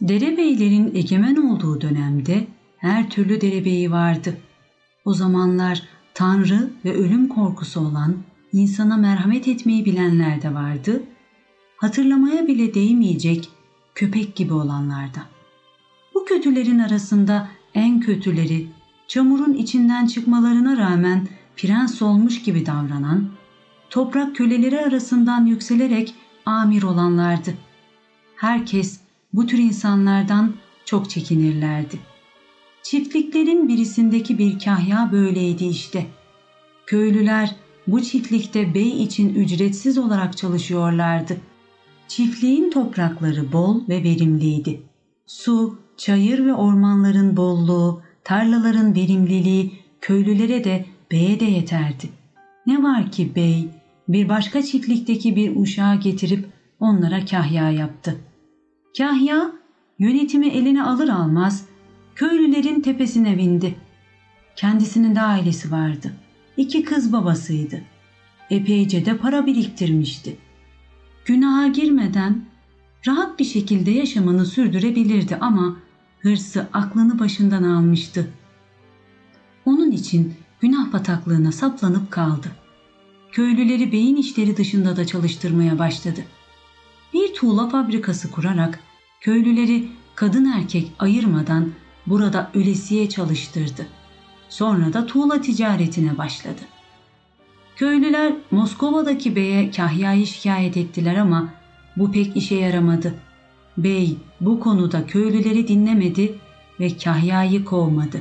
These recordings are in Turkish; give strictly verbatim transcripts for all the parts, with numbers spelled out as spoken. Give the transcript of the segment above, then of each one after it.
Derebeylerin egemen olduğu dönemde her türlü derebeyi vardı. O zamanlar tanrı ve ölüm korkusu olan, insana merhamet etmeyi bilenler de vardı, hatırlamaya bile değmeyecek köpek gibi olanlar da. Bu kötülerin arasında en kötüleri, çamurun içinden çıkmalarına rağmen prens olmuş gibi davranan, toprak köleleri arasından yükselerek amir olanlardı. Herkes bu tür insanlardan çok çekinirlerdi. Çiftliklerin birisindeki bir kahya böyleydi işte. Köylüler bu çiftlikte bey için ücretsiz olarak çalışıyorlardı. Çiftliğin toprakları bol ve verimliydi. Su, çayır ve ormanların bolluğu, tarlaların verimliliği köylülere de beye de yeterdi. Ne var ki bey bir başka çiftlikteki bir uşağı getirip onlara kahya yaptı. Kahya yönetimi eline alır almaz köylülerin tepesine bindi. Kendisinin de ailesi vardı. İki kız babasıydı. Epeyce de para biriktirmişti. Günaha girmeden rahat bir şekilde yaşamını sürdürebilirdi ama hırsı aklını başından almıştı. Onun için günah bataklığına saplanıp kaldı. Köylüleri beyin işleri dışında da çalıştırmaya başladı. Bir tuğla fabrikası kurarak köylüleri kadın erkek ayırmadan burada ölesiye çalıştırdı. Sonra da tuğla ticaretine başladı. Köylüler Moskova'daki beye Kahya'yı şikayet ettiler ama bu pek işe yaramadı. Bey bu konuda köylüleri dinlemedi ve Kahya'yı kovmadı.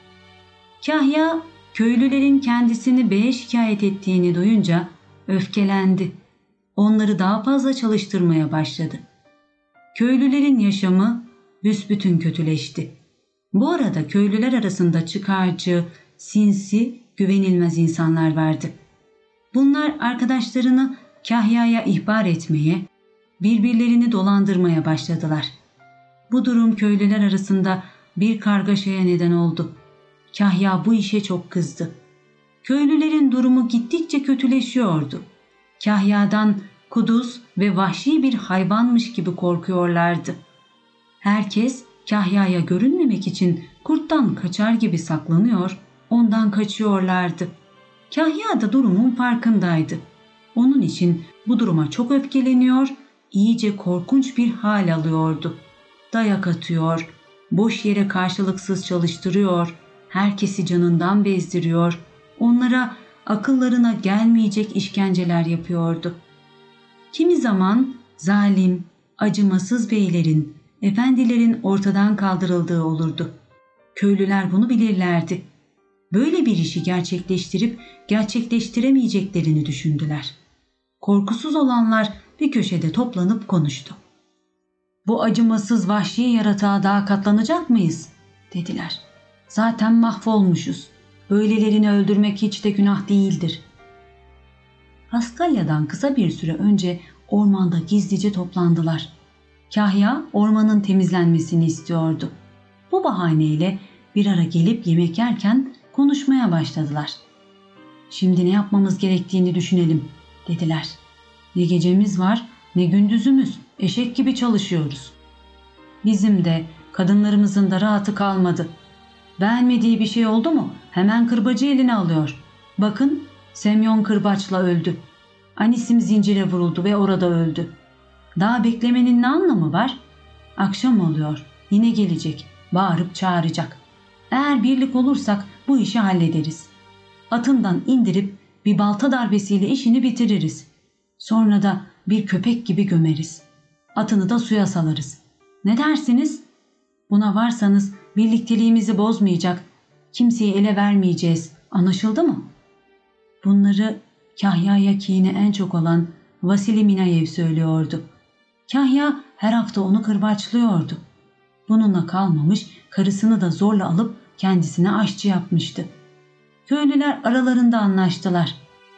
Kahya köylülerin kendisini beye şikayet ettiğini duyunca öfkelendi. Onları daha fazla çalıştırmaya başladı. Köylülerin yaşamı büsbütün kötüleşti. Bu arada köylüler arasında çıkarcı, sinsi, güvenilmez insanlar vardı. Bunlar arkadaşlarını Kahya'ya ihbar etmeye, birbirlerini dolandırmaya başladılar. Bu durum köylüler arasında bir kargaşaya neden oldu. Kahya bu işe çok kızdı. Köylülerin durumu gittikçe kötüleşiyordu. Kahya'dan kuduz ve vahşi bir hayvanmış gibi korkuyorlardı. Herkes Kahya'ya görünmemek için kurttan kaçar gibi saklanıyor, ondan kaçıyorlardı. Kahya da durumun farkındaydı. Onun için bu duruma çok öfkeleniyor, iyice korkunç bir hal alıyordu. Dayak atıyor, boş yere karşılıksız çalıştırıyor, herkesi canından bezdiriyor, onlara akıllarına gelmeyecek işkenceler yapıyordu. Kimi zaman zalim, acımasız beylerin, efendilerin ortadan kaldırıldığı olurdu. Köylüler bunu bilirlerdi. Böyle bir işi gerçekleştirip gerçekleştiremeyeceklerini düşündüler. Korkusuz olanlar bir köşede toplanıp konuştu. "Bu acımasız vahşi yaratığa daha katlanacak mıyız?" dediler. "Zaten mahvolmuşuz. Böylelerini öldürmek hiç de günah değildir." Paskalya'dan kısa bir süre önce ormanda gizlice toplandılar. Kahya ormanın temizlenmesini istiyordu. Bu bahaneyle bir ara gelip yemek yerken konuşmaya başladılar. "Şimdi ne yapmamız gerektiğini düşünelim," dediler. "Ne gecemiz var ne gündüzümüz, eşek gibi çalışıyoruz. Bizim de kadınlarımızın da rahatı kalmadı. Beğenmediği bir şey oldu mu hemen kırbacı eline alıyor. Bakın Semyon kırbaçla öldü. Anisim zincire vuruldu ve orada öldü. Daha beklemenin ne anlamı var? Akşam oluyor, yine gelecek, bağırıp çağıracak. Eğer birlik olursak bu işi hallederiz. Atından indirip bir balta darbesiyle işini bitiririz. Sonra da bir köpek gibi gömeriz. Atını da suya salarız. Ne dersiniz? Buna varsanız birlikteliğimizi bozmayacak, kimseyi ele vermeyeceğiz. Anlaşıldı mı?" Bunları Kahya'ya kini en çok olan Vasili Minayev söylüyordu. Kahya her hafta onu kırbaçlıyordu. Bununla kalmamış, karısını da zorla alıp kendisine aşçı yapmıştı. Köylüler aralarında anlaştılar.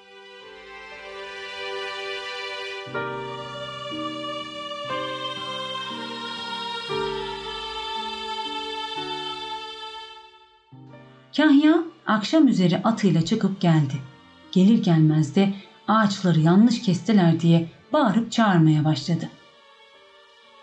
Kahya akşam üzeri atıyla çıkıp geldi. Gelir gelmez de ağaçları yanlış kestiler diye bağırıp çağırmaya başladı.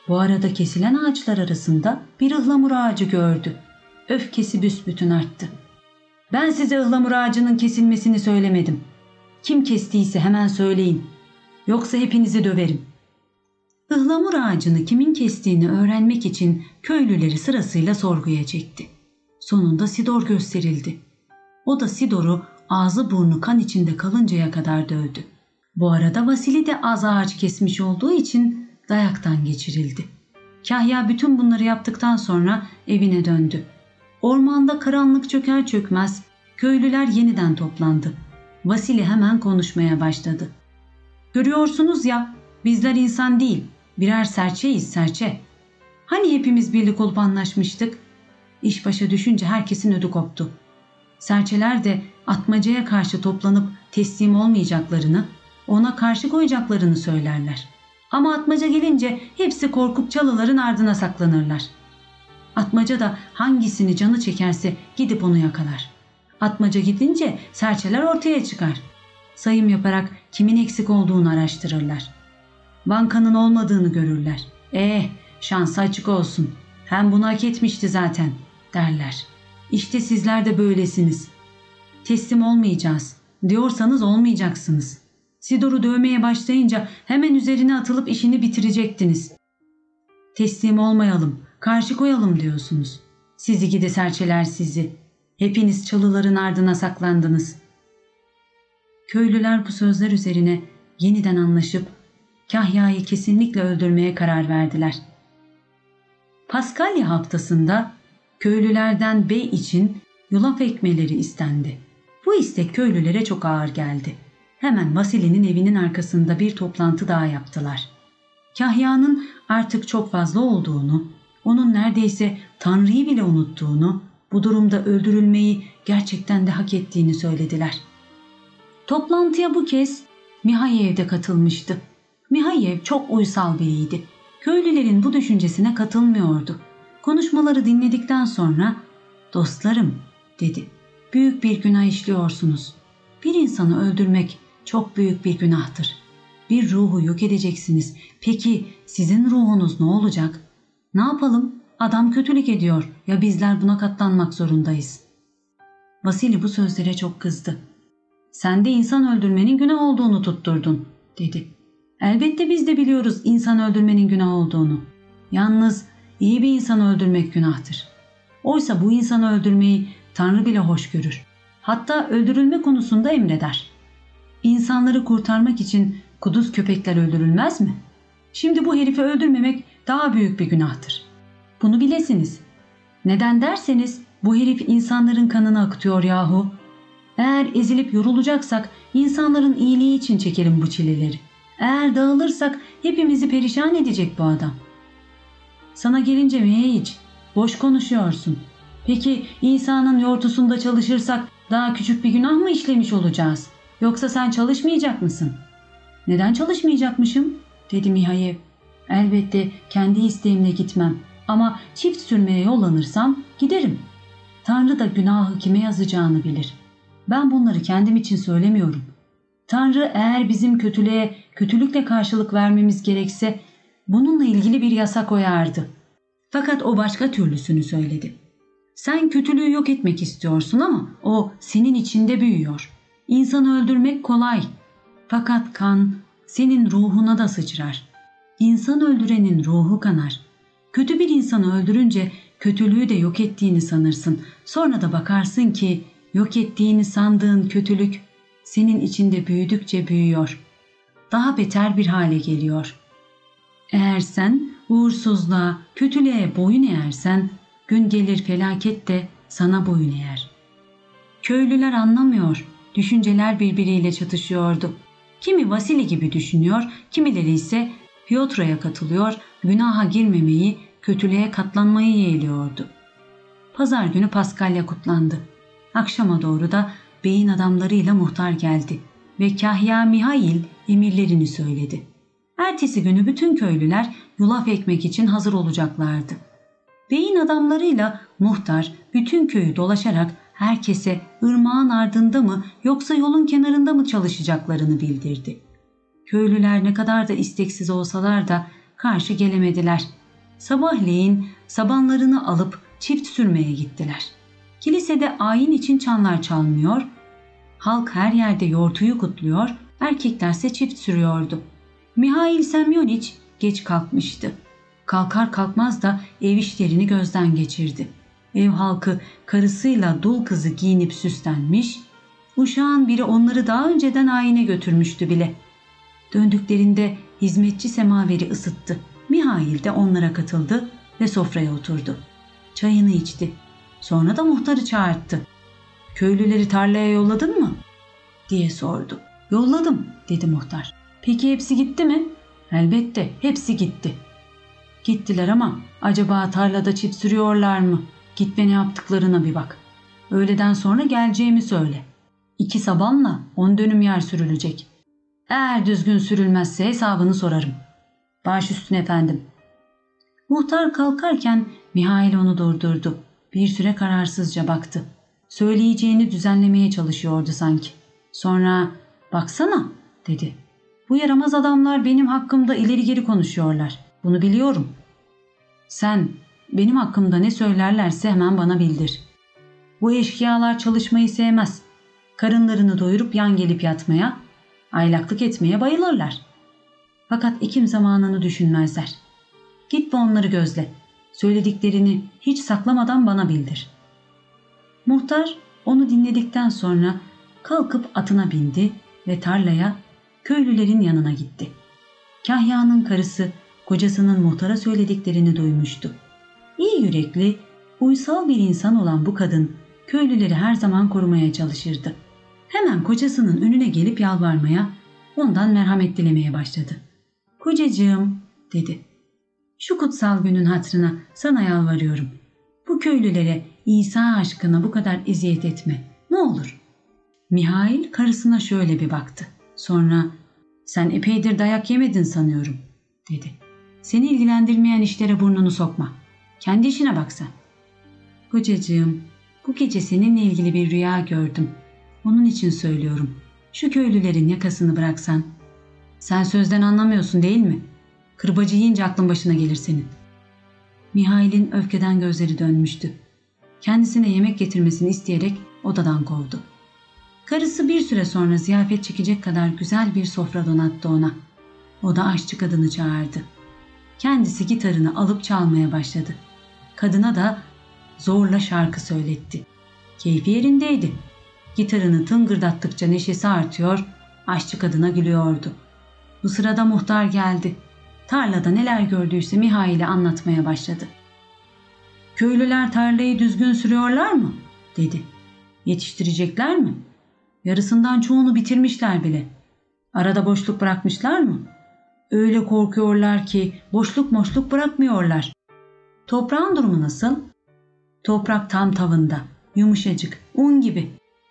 Bu arada kesilen ağaçlar arasında bir ıhlamur ağacı gördü. Öfkesi büsbütün arttı. Ben size ıhlamur ağacının kesilmesini söylemedim. Kim kestiyse hemen söyleyin. Yoksa hepinizi döverim. Ihlamur ağacını kimin kestiğini öğrenmek için köylüleri sırasıyla sorguya çekti. Sonunda Sidor gösterildi. O da Sidor'u ağzı burnu kan içinde kalıncaya kadar dövdü. Bu arada Vasili de az ağaç kesmiş olduğu için dayaktan geçirildi. Kahya bütün bunları yaptıktan sonra evine döndü. Ormanda karanlık çöker çökmez köylüler yeniden toplandı. Vasili hemen konuşmaya başladı. Görüyorsunuz ya, bizler insan değil, birer serçeyiz serçe. Hani hepimiz birlik olup anlaşmıştık? İş başa düşünce herkesin ödü koptu. Serçeler de Atmaca'ya karşı toplanıp teslim olmayacaklarını, ona karşı koyacaklarını söylerler. Ama Atmaca gelince hepsi korkup çalıların ardına saklanırlar. Atmaca da hangisini canı çekerse gidip onu yakalar. Atmaca gidince serçeler ortaya çıkar. Sayım yaparak kimin eksik olduğunu araştırırlar. Bankanın olmadığını görürler. Eh, şansı açık olsun. Hem bunu hak etmişti zaten derler. İşte sizler de böylesiniz. Teslim olmayacağız diyorsanız olmayacaksınız. Sidor'u dövmeye başlayınca hemen üzerine atılıp işini bitirecektiniz. Teslim olmayalım, karşı koyalım diyorsunuz. Sizi gidi serçeler sizi. Hepiniz çalıların ardına saklandınız. Köylüler bu sözler üzerine yeniden anlaşıp Kahya'yı kesinlikle öldürmeye karar verdiler. Paskalya haftasında köylülerden bey için yulaf ekmeleri istendi. Bu istek köylülere çok ağır geldi. Hemen Vasili'nin evinin arkasında bir toplantı daha yaptılar. Kahya'nın artık çok fazla olduğunu, onun neredeyse Tanrı'yı bile unuttuğunu, bu durumda öldürülmeyi gerçekten de hak ettiğini söylediler. Toplantıya bu kez Mihayev de katılmıştı. Mihayev çok uysal biriydi. Köylülerin bu düşüncesine katılmıyordu. Konuşmaları dinledikten sonra "Dostlarım," dedi. "Büyük bir günah işliyorsunuz. Bir insanı öldürmek çok büyük bir günahtır. Bir ruhu yok edeceksiniz. Peki sizin ruhunuz ne olacak? Ne yapalım? Adam kötülük ediyor. Ya bizler buna katlanmak zorundayız." Vasili bu sözlere çok kızdı. "Sen de insan öldürmenin günah olduğunu tutturdun," dedi. "Elbette biz de biliyoruz insan öldürmenin günah olduğunu. Yalnız iyi bir insanı öldürmek günahtır. Oysa bu insanı öldürmeyi Tanrı bile hoş görür. Hatta öldürülme konusunda emreder. İnsanları kurtarmak için kuduz köpekler öldürülmez mi? Şimdi bu herifi öldürmemek daha büyük bir günahtır. Bunu bilesiniz. Neden derseniz bu herif insanların kanını akıtıyor yahu. Eğer ezilip yorulacaksak insanların iyiliği için çekelim bu çileleri. Eğer dağılırsak hepimizi perişan edecek bu adam." "Sana gelince Meyiç, boş konuşuyorsun. Peki İsa'nın yortusunda çalışırsak daha küçük bir günah mı işlemiş olacağız? Yoksa sen çalışmayacak mısın?" "Neden çalışmayacakmışım?" dedi Mihayev. "Elbette kendi isteğimle gitmem ama çift sürmeye yollanırsam giderim. Tanrı da günahı kime yazacağını bilir. Ben bunları kendim için söylemiyorum. Tanrı eğer bizim kötülüğe kötülükle karşılık vermemiz gerekse bununla ilgili bir yasa koyardı. Fakat o başka türlüsünü söyledi. Sen kötülüğü yok etmek istiyorsun ama o senin içinde büyüyor. İnsanı öldürmek kolay. Fakat kan senin ruhuna da sıçrar. İnsan öldürenin ruhu kanar. Kötü bir insanı öldürünce kötülüğü de yok ettiğini sanırsın. Sonra da bakarsın ki yok ettiğini sandığın kötülük senin içinde büyüdükçe büyüyor. Daha beter bir hale geliyor. Eğer sen uğursuzluğa, kötülüğe boyun eğersen gün gelir felaket de sana boyun eğer." Köylüler anlamıyor. Düşünceler birbiriyle çatışıyordu. Kimi Vasili gibi düşünüyor, kimileri ise Piotra'ya katılıyor, günaha girmemeyi, kötülüğe katlanmayı yeğliyordu. Pazar günü Paskalya kutlandı. Akşama doğru da beyin adamlarıyla muhtar geldi ve Kahya Mihail emirlerini söyledi. Ertesi günü bütün köylüler yulaf ekmek için hazır olacaklardı. Beyin adamlarıyla muhtar bütün köyü dolaşarak herkese ırmağın ardında mı yoksa yolun kenarında mı çalışacaklarını bildirdi. Köylüler ne kadar da isteksiz olsalar da karşı gelemediler. Sabahleyin sabanlarını alıp çift sürmeye gittiler. Kilisede ayin için çanlar çalmıyor, halk her yerde yortuyu kutluyor, erkeklerse çift sürüyordu. Mihail Semyoniç geç kalkmıştı. Kalkar kalkmaz da ev işlerini gözden geçirdi. Ev halkı karısıyla dul kızı giyinip süslenmiş, uşağın biri onları daha önceden ayine götürmüştü bile. Döndüklerinde hizmetçi semaveri ısıttı. Mihail de onlara katıldı ve sofraya oturdu. Çayını içti. Sonra da muhtarı çağırttı. "Köylüleri tarlaya yolladın mı?" diye sordu. "Yolladım," dedi muhtar. "Peki hepsi gitti mi?" "Elbette hepsi gitti." "Gittiler ama acaba tarlada çift sürüyorlar mı? Git ve ne yaptıklarına bir bak. Öğleden sonra geleceğimi söyle. İki sabanla on dönüm yer sürülecek. Eğer düzgün sürülmezse hesabını sorarım." "Baş üstüne efendim." Muhtar kalkarken Mihail onu durdurdu. Bir süre kararsızca baktı. Söyleyeceğini düzenlemeye çalışıyordu sanki. Sonra "Baksana," dedi. "Bu yaramaz adamlar benim hakkımda ileri geri konuşuyorlar. Bunu biliyorum. Sen benim hakkımda ne söylerlerse hemen bana bildir. Bu eşkıyalar çalışmayı sevmez. Karınlarını doyurup yan gelip yatmaya, aylaklık etmeye bayılırlar. Fakat ekim zamanını düşünmezler. Git ve onları gözle. Söylediklerini hiç saklamadan bana bildir." Muhtar onu dinledikten sonra kalkıp atına bindi ve tarlaya, köylülerin yanına gitti. Kahya'nın karısı kocasının muhtara söylediklerini duymuştu. İyi yürekli, uysal bir insan olan bu kadın köylüleri her zaman korumaya çalışırdı. Hemen kocasının önüne gelip yalvarmaya, ondan merhamet dilemeye başladı. "Kocacığım," dedi. "Şu kutsal günün hatırına sana yalvarıyorum. Bu köylülere İsa aşkına bu kadar eziyet etme. Ne olur." Mihail karısına şöyle bir baktı. Sonra "Sen epeydir dayak yemedin sanıyorum," dedi. "Seni ilgilendirmeyen işlere burnunu sokma. Kendi işine bak sen." "Kocacığım, bu gece seninle ilgili bir rüya gördüm. Onun için söylüyorum. Şu köylülerin yakasını bıraksan." "Sen sözden anlamıyorsun değil mi? Kırbacı yiyince aklın başına gelir senin." Mihail'in öfkeden gözleri dönmüştü. Kendisine yemek getirmesini isteyerek odadan kovdu. Karısı bir süre sonra ziyafet çekecek kadar güzel bir sofra donattı ona. O da aşçı kadını çağırdı. Kendisi gitarını alıp çalmaya başladı. Kadına da zorla şarkı söyletti. Keyfi yerindeydi. Gitarını tıngırdattıkça neşesi artıyor, aşçı kadına gülüyordu. Bu sırada muhtar geldi. Tarlada neler gördüyse Mihail'e anlatmaya başladı. "Köylüler tarlayı düzgün sürüyorlar mı?" dedi. "Yetiştirecekler mi? Yarısından çoğunu bitirmişler bile. Arada boşluk bırakmışlar mı? Öyle korkuyorlar ki boşluk boşluk bırakmıyorlar. Toprağın durumu nasıl?" "Toprak tam tavında, yumuşacık, un gibi."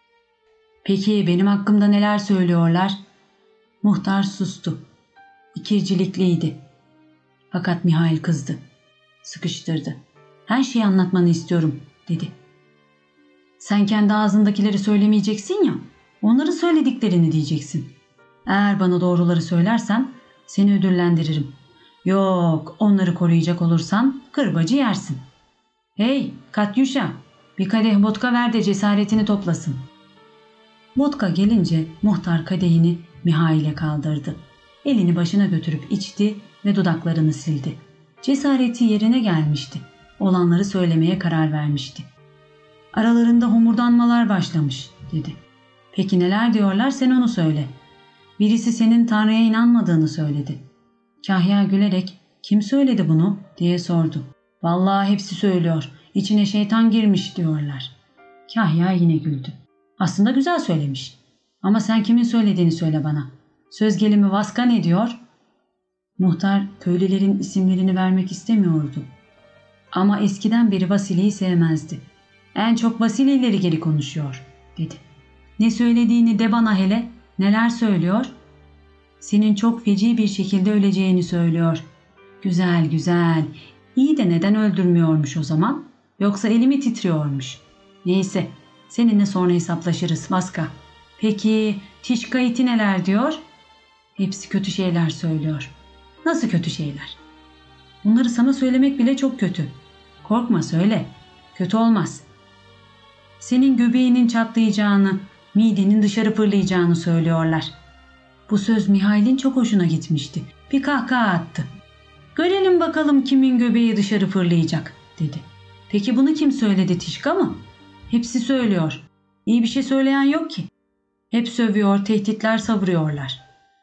"Peki benim hakkımda neler söylüyorlar?" Muhtar sustu. İkircilikliydi. Fakat Mihail kızdı. Sıkıştırdı. "Her şeyi anlatmanı istiyorum," dedi. "Sen kendi ağzındakileri söylemeyeceksin ya, onları söylediklerini diyeceksin. Eğer bana doğruları söylersen seni ödüllendiririm. Yok, onları koruyacak olursan kırbacı yersin. Hey Katyuşa, bir kadeh vodka ver de cesaretini toplasın." Vodka gelince muhtar kadehini Mihail'e kaldırdı. Elini başına götürüp içti ve dudaklarını sildi. Cesareti yerine gelmişti. Olanları söylemeye karar vermişti. "Aralarında homurdanmalar başlamış," dedi. "Peki neler diyorlar, sen onu söyle." "Birisi senin Tanrı'ya inanmadığını söyledi." Kahya gülerek "Kim söyledi bunu?" diye sordu. "Vallahi hepsi söylüyor. İçine şeytan girmiş diyorlar." Kahya yine güldü. "Aslında güzel söylemiş. Ama sen kimin söylediğini söyle bana. Söz gelimi Vaska ne diyor?" Muhtar köylülerin isimlerini vermek istemiyordu. Ama eskiden beri Vasili'yi sevmezdi. "En çok Vasili ileri geri konuşuyor," dedi. "Ne söylediğini de bana hele. Neler söylüyor?" "Senin çok feci bir şekilde öleceğini söylüyor." "Güzel güzel. İyi de neden öldürmüyormuş o zaman? Yoksa eli mi titriyormuş? Neyse, seninle sonra hesaplaşırız Vaska. Peki Tişka iti neler diyor?" "Hepsi kötü şeyler söylüyor." "Nasıl kötü şeyler?" Bunları sana söylemek bile çok kötü. Korkma, söyle. Kötü olmaz. Senin göbeğinin çatlayacağını, midenin dışarı fırlayacağını söylüyorlar. Bu söz Mihail'in çok hoşuna gitmişti. Bir kahkaha attı. Görelim bakalım kimin göbeği dışarı fırlayacak, dedi. Peki bunu kim söyledi, Tişka mı? Hepsi söylüyor. İyi bir şey söyleyen yok ki. Hep sövüyor, tehditler savuruyorlar.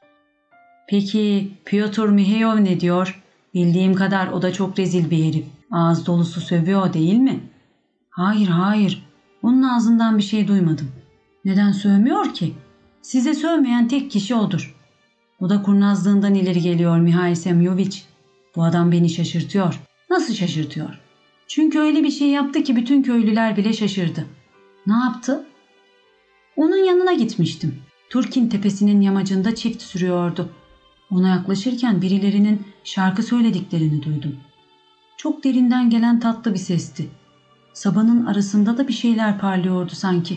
Peki Pyotr Mihailov ne diyor? Bildiğim kadar o da çok rezil bir herif. Ağız dolusu sövüyor değil mi? Hayır hayır. Onun ağzından bir şey duymadım. Neden sövmüyor ki? Size sövmeyen tek kişi odur. Bu da kurnazlığından ileri geliyor Mihail Semyoviç. Bu adam beni şaşırtıyor. Nasıl şaşırtıyor? Çünkü öyle bir şey yaptı ki bütün köylüler bile şaşırdı. Ne yaptı? Onun yanına gitmiştim. Turkin tepesinin yamacında çift sürüyordu. Ona yaklaşırken birilerinin şarkı söylediklerini duydum. Çok derinden gelen tatlı bir sesti. Sabanın arasında da bir şeyler parlıyordu sanki.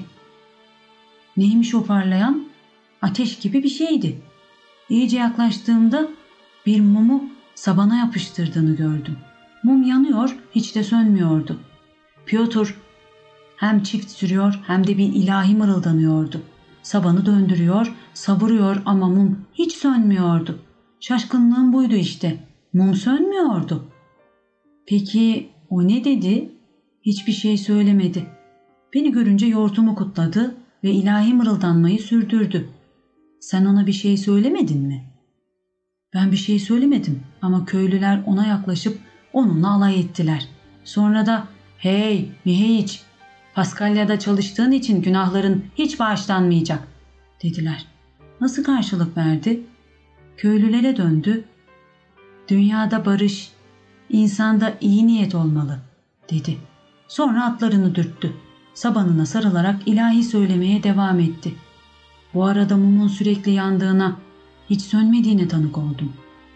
Neymiş o parlayan? Ateş gibi bir şeydi. İyice yaklaştığımda bir mumu sabana yapıştırdığını gördüm. Mum yanıyor, hiç de sönmüyordu. Pyotr hem çift sürüyor hem de bir ilahi mırıldanıyordu. Sabanı döndürüyor, savuruyor ama mum hiç sönmüyordu. Şaşkınlığım buydu işte. Mum sönmüyordu. Peki o ne dedi? Hiçbir şey söylemedi. Beni görünce yortumu kutladı ve ilahi mırıldanmayı sürdürdü. Sen ona bir şey söylemedin mi? Ben bir şey söylemedim ama köylüler ona yaklaşıp onunla alay ettiler. Sonra da hey Mihaiç, Paskalya'da çalıştığın için günahların hiç bağışlanmayacak dediler. Nasıl karşılık verdi? Köylülere döndü. Dünyada barış, insanda iyi niyet olmalı dedi. Sonra atlarını dürttü. Sabanına sarılarak ilahi söylemeye devam etti. Bu arada mumun sürekli yandığına, hiç sönmediğine tanık oldum.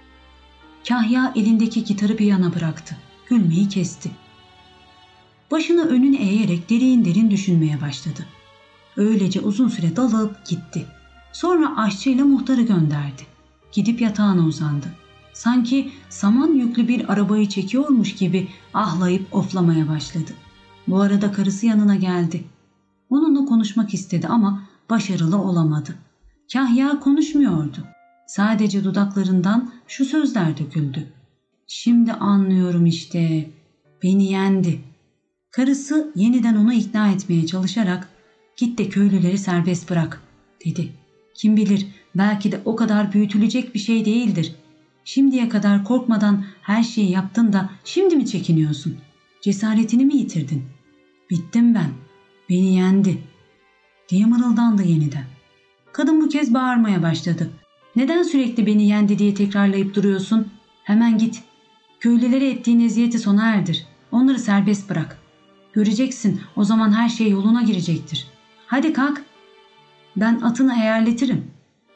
Kahya elindeki gitarı bir yana bıraktı. Gülmeyi kesti. Başını önüne eğerek derin derin düşünmeye başladı. Öylece uzun süre dalıp gitti. Sonra aşçıyla muhtarı gönderdi. Gidip yatağına uzandı. Sanki saman yüklü bir arabayı çekiyormuş gibi ahlayıp oflamaya başladı. Bu arada karısı yanına geldi. Onunla konuşmak istedi ama başarılı olamadı. Kahya konuşmuyordu. Sadece dudaklarından şu sözler döküldü. Şimdi anlıyorum işte. Beni yendi. Karısı yeniden onu ikna etmeye çalışarak git de köylüleri serbest bırak dedi. Kim bilir belki de o kadar büyütülecek bir şey değildir. Şimdiye kadar korkmadan her şeyi yaptın da şimdi mi çekiniyorsun? Cesaretini mi yitirdin? Bittim ben. Beni yendi diye mırıldandı yeniden. Kadın bu kez bağırmaya başladı. Neden sürekli beni yendi diye tekrarlayıp duruyorsun? Hemen git. Köylülere ettiğin eziyeti sona erdir. Onları serbest bırak. Göreceksin, o zaman her şey yoluna girecektir. Hadi kalk. Ben atını eğerletirim.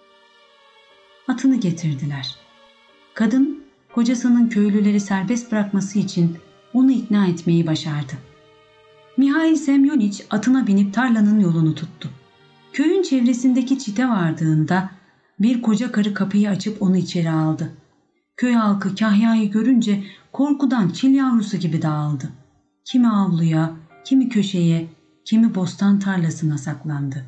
Atını getirdiler. Kadın kocasının köylüleri serbest bırakması için onu ikna etmeyi başardı. Mihail Semyoniç atına binip tarlanın yolunu tuttu. Köyün çevresindeki çite vardığında bir koca karı kapıyı açıp onu içeri aldı. Köy halkı Kahya'yı görünce korkudan çil yavrusu gibi dağıldı. Kimi avluya, kimi köşeye, kimi bostan tarlasına saklandı.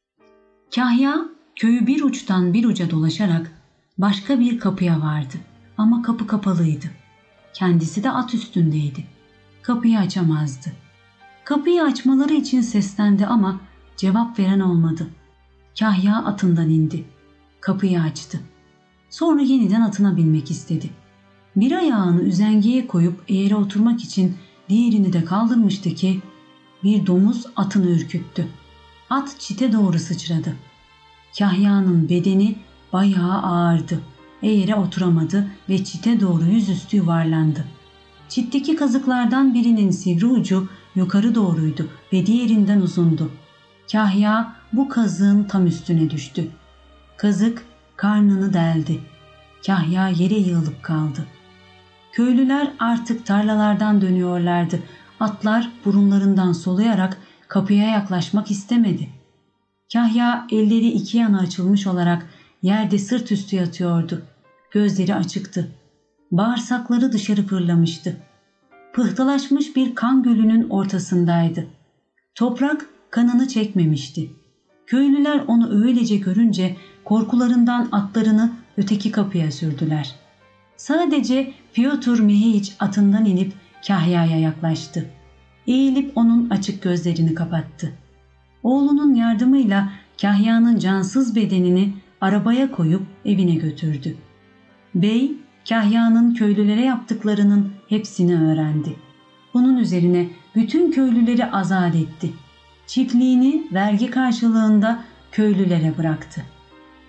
Kahya köyü bir uçtan bir uca dolaşarak başka bir kapıya vardı ama kapı kapalıydı. Kendisi de at üstündeydi. Kapıyı açamazdı. Kapıyı açmaları için seslendi ama cevap veren olmadı. Kahya atından indi. Kapıyı açtı. Sonra yeniden atına binmek istedi. Bir ayağını üzengeye koyup eğere oturmak için diğerini de kaldırmıştı ki bir domuz atını ürküttü. At çite doğru sıçradı. Kahya'nın bedeni bayağı ağırdı. Eğere oturamadı ve çite doğru yüzüstü yuvarlandı. Çitteki kazıklardan birinin sivri ucu yukarı doğruydu ve diğerinden uzundu. Kahya bu kazığın tam üstüne düştü. Kazık karnını deldi. Kahya yere yığılıp kaldı. Köylüler artık tarlalardan dönüyorlardı. Atlar burunlarından soluyarak kapıya yaklaşmak istemedi. Kahya elleri iki yana açılmış olarak yerde sırt üstü yatıyordu. Gözleri açıktı. Bağırsakları dışarı fırlamıştı. Pıhtılaşmış bir kan gölünün ortasındaydı. Toprak kanını çekmemişti. Köylüler onu öylece görünce korkularından atlarını öteki kapıya sürdüler. Sadece Pyotr Mihiç atından inip Kahya'ya yaklaştı. Eğilip onun açık gözlerini kapattı. Oğlunun yardımıyla Kahya'nın cansız bedenini arabaya koyup evine götürdü. Bey, Kahya'nın köylülere yaptıklarının hepsini öğrendi. Bunun üzerine bütün köylüleri azat etti. Çiftliğini vergi karşılığında köylülere bıraktı.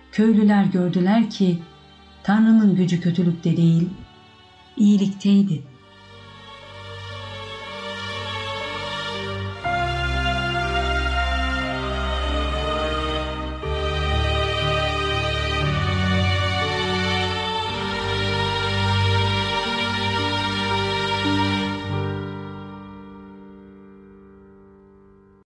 Köylüler gördüler ki Tanrı'nın gücü kötülükte değil, iyilikteydi.